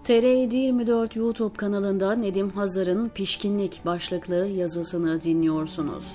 TR724 YouTube kanalında Nedim Hazar'ın Pişkinlik başlıklı yazısını dinliyorsunuz.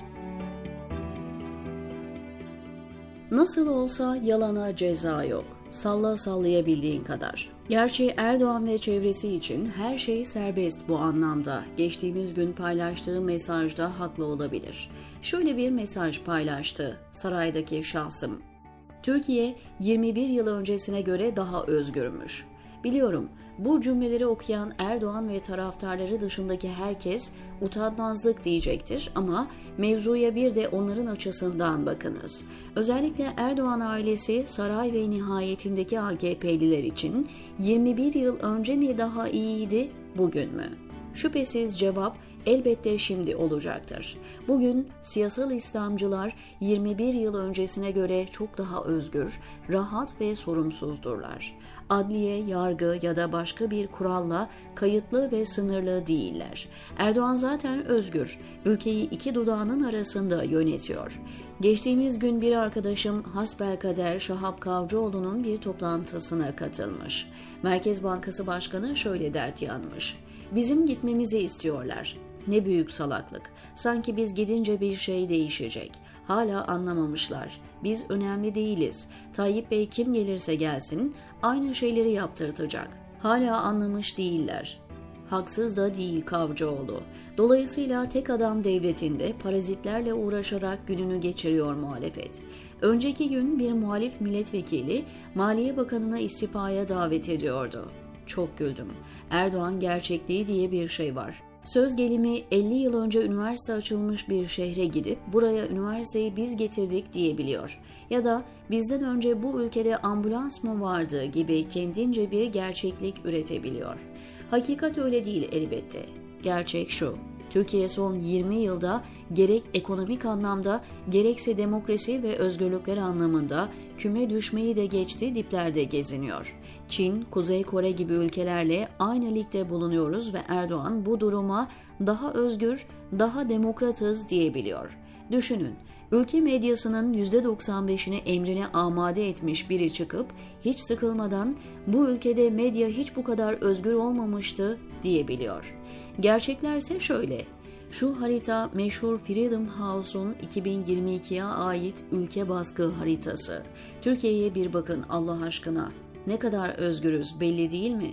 Nasıl olsa yalana ceza yok. Salla sallayabildiğin kadar. Gerçi Erdoğan ve çevresi için her şey serbest bu anlamda. Geçtiğimiz gün paylaştığı mesajda haklı olabilir. Şöyle bir mesaj paylaştı saraydaki şahsım. Türkiye 21 yıl öncesine göre daha özgürmüş. Biliyorum, bu cümleleri okuyan Erdoğan ve taraftarları dışındaki herkes utanmazlık diyecektir ama mevzuya bir de onların açısından bakınız. Özellikle Erdoğan ailesi saray ve nihayetindeki AKP'liler için 21 yıl önce mi daha iyiydi, bugün mü? Şüphesiz cevap elbette şimdi olacaktır. Bugün siyasal İslamcılar 21 yıl öncesine göre çok daha özgür, rahat ve sorumsuzdurlar. Adliye, yargı ya da başka bir kuralla kayıtlı ve sınırlı değiller. Erdoğan zaten özgür, ülkeyi iki dudağının arasında yönetiyor. Geçtiğimiz gün bir arkadaşım hasbelkader Şahap Kavcıoğlu'nun bir toplantısına katılmış. Merkez Bankası Başkanı şöyle dert yanmış. Bizim gitmemizi istiyorlar. Ne büyük salaklık. Sanki biz gidince bir şey değişecek. Hala anlamamışlar. Biz önemli değiliz. Tayyip Bey kim gelirse gelsin aynı şeyleri yaptırtacak. Hala anlamış değiller. Haksız da değil Kavcıoğlu. Dolayısıyla tek adam devletinde parazitlerle uğraşarak gününü geçiriyor muhalefet. Önceki gün bir muhalif milletvekili Maliye Bakanı'na istifaya davet ediyordu. Çok güldüm. Erdoğan gerçekliği diye bir şey var. Söz gelimi 50 yıl önce üniversite açılmış bir şehre gidip buraya üniversiteyi biz getirdik diyebiliyor. Ya da bizden önce bu ülkede ambulans mı vardı gibi kendince bir gerçeklik üretebiliyor. Hakikat öyle değil elbette. Gerçek şu. Türkiye son 20 yılda gerek ekonomik anlamda gerekse demokrasi ve özgürlükler anlamında küme düşmeyi de geçti diplerde geziniyor. Çin, Kuzey Kore gibi ülkelerle aynı ligde bulunuyoruz ve Erdoğan bu duruma daha özgür, daha demokratız diyebiliyor. Düşünün, ülke medyasının %95'ini emrine amade etmiş biri çıkıp hiç sıkılmadan bu ülkede medya hiç bu kadar özgür olmamıştı diyebiliyor. Gerçeklerse şöyle. Şu harita meşhur Freedom House'un 2022'ye ait ülke baskı haritası. Türkiye'ye bir bakın Allah aşkına. Ne kadar özgürüz belli değil mi?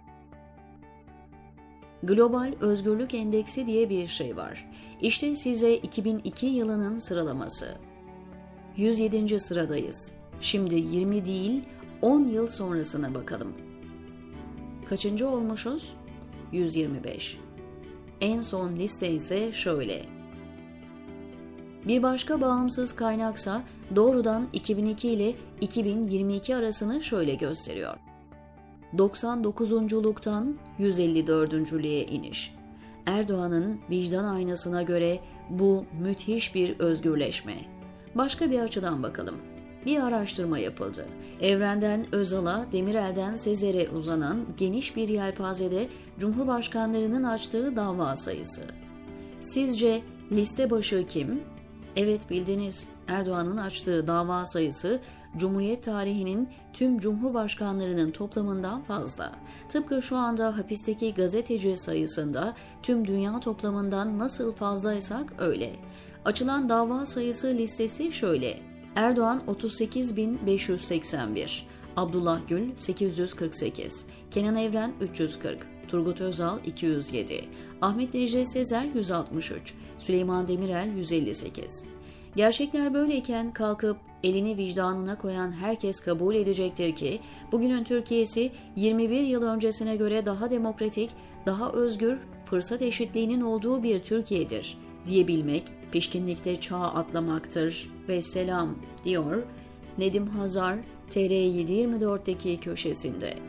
Global Özgürlük Endeksi diye bir şey var. İşte size 2002 yılının sıralaması. 107. sıradayız. Şimdi 20 değil 10 yıl sonrasına bakalım. Kaçıncı olmuşuz? 125. En son liste ise şöyle. Bir başka bağımsız kaynaksa doğrudan 2002 ile 2022 arasını şöyle gösteriyor. 99'unculuktan 154'üncülüğe iniş. Erdoğan'ın vicdan aynasına göre bu müthiş bir özgürleşme. Başka bir açıdan bakalım. Bir araştırma yapıldı. Evrenden Özal'a, Demirel'den Sezer'e uzanan geniş bir yelpazede Cumhurbaşkanlarının açtığı dava sayısı. Sizce liste başı kim? Evet bildiniz, Erdoğan'ın açtığı dava sayısı Cumhuriyet tarihinin tüm cumhurbaşkanlarının toplamından fazla. Tıpkı şu anda hapisteki gazeteci sayısında tüm dünya toplamından nasıl fazlaysak öyle. Açılan dava sayısı listesi şöyle. Erdoğan 38.581, Abdullah Gül 848, Kenan Evren 340, Turgut Özal 207, Ahmet Necdet Sezer 163, Süleyman Demirel 158. Gerçekler böyleyken kalkıp elini vicdanına koyan herkes kabul edecektir ki bugünün Türkiye'si 21 yıl öncesine göre daha demokratik, daha özgür, fırsat eşitliğinin olduğu bir Türkiye'dir diyebilmek pişkinlikte çağ atlamaktır ve selam diyor Nedim Hazar TR724'deki köşesinde.